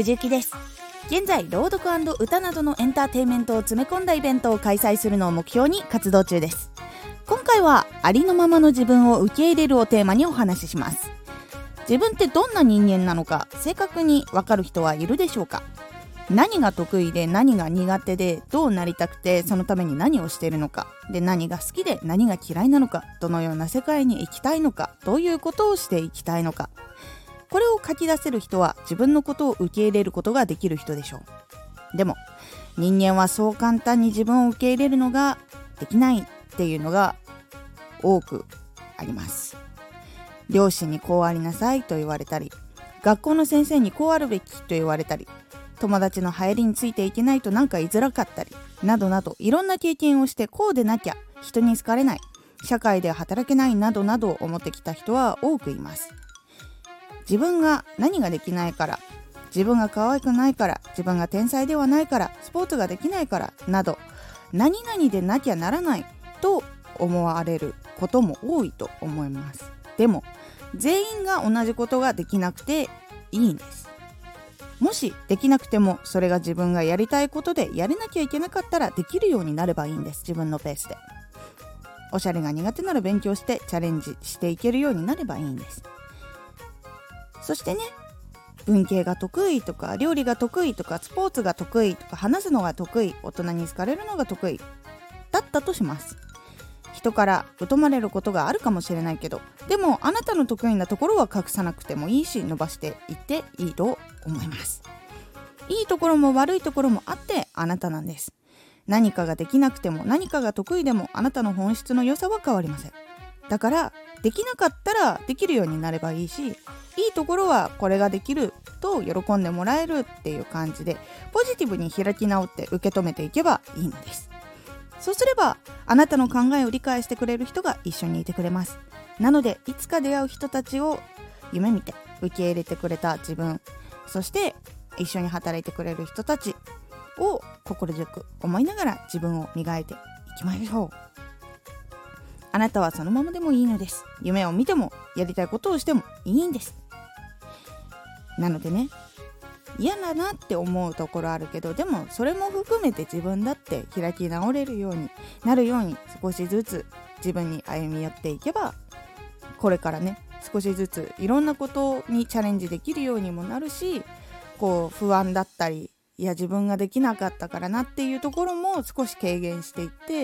藤幸です。現在朗読&歌などのエンターテインメントを詰め込んだイベントを開催するのを目標に活動中です。今回はありのままの自分を受け入れるをテーマにお話しします。自分ってどんな人間なのか正確にわかる人はいるでしょうか？何が得意で何が苦手で、どうなりたくてそのために何をしているのかで、何が好きで何が嫌いなのか、どのような世界に生きたいのか、どういうことをしていきたいのか、これを書き出せる人は自分のことを受け入れることができる人でしょう。でも人間はそう簡単に自分を受け入れるのができないっていうのが多くあります。両親にこうありなさいと言われたり、学校の先生にこうあるべきと言われたり、友達の流行りについていけないとなんか言いづらかったりなどなど、いろんな経験をしてこうでなきゃ人に好かれない、社会で働けないなどなど思ってきた人は多くいます。自分が何ができないから、自分が可愛くないから、自分が天才ではないから、スポーツができないからなど、何々でなきゃならないと思われることも多いと思います。でも全員が同じことができなくていいんです。もしできなくても、それが自分がやりたいことでやれなきゃいけなかったらできるようになればいいんです。自分のペースで。おしゃれが苦手なら勉強してチャレンジしていけるようになればいいんです。そしてね、文系が得意とか料理が得意とかスポーツが得意とか話すのが得意、大人に好かれるのが得意だったとします。人から疎まれることがあるかもしれないけど、でもあなたの得意なところは隠さなくてもいいし、伸ばしていっていいと思います。いいところも悪いところもあってあなたなんです。何かができなくても何かが得意でもあなたの本質の良さは変わりません。だからできなかったらできるようになればいいし、いいところはこれができると喜んでもらえるっていう感じでポジティブに開き直って受け止めていけばいいのです。そうすればあなたの考えを理解してくれる人が一緒にいてくれます。なのでいつか出会う人たちを夢見て受け入れてくれた自分、そして一緒に働いてくれる人たちを心強く思いながら自分を磨いていきましょう。あなたはそのままでもいいのです。夢を見てもやりたいことをしてもいいんです。なのでね、嫌だなって思うところあるけど、でもそれも含めて自分だって開き直れるようになるように少しずつ自分に歩み寄っていけば、これからね少しずついろんなことにチャレンジできるようにもなるし、こう不安だったり、いや自分ができなかったからなっていうところも少し軽減していって、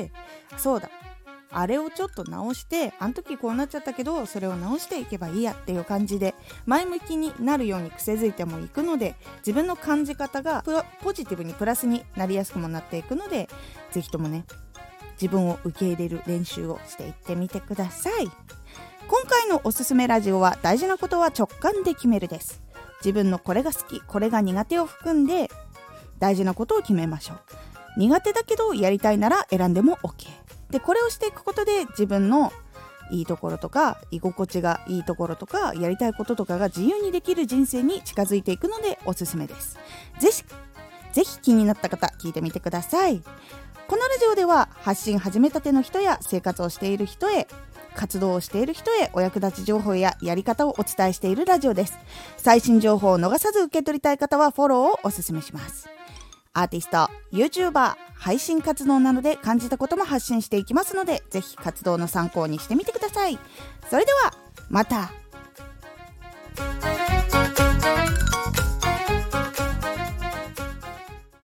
そうだ、あれをちょっと直して、あの時こうなっちゃったけどそれを直していけばいいやっていう感じで前向きになるように癖づいてもいくので、自分の感じ方がポジティブにプラスになりやすくもなっていくので、ぜひともね自分を受け入れる練習をしていってみてください。今回のおすすめラジオは、大事なことは直感で決めるです。自分のこれが好きこれが苦手を含んで大事なことを決めましょう。苦手だけどやりたいなら選んでも OKで、これをしていくことで自分のいいところとか居心地がいいところとかやりたいこととかが自由にできる人生に近づいていくのでおすすめです。ぜひ気になった方聞いてみてください。このラジオでは発信始めたての人や生活をしている人へ、活動をしている人へお役立ち情報ややり方をお伝えしているラジオです。最新情報を逃さず受け取りたい方はフォローをおすすめします。アーティスト、YouTuber、配信活動などで感じたことも発信していきますので、ぜひ活動の参考にしてみてください。それではまた。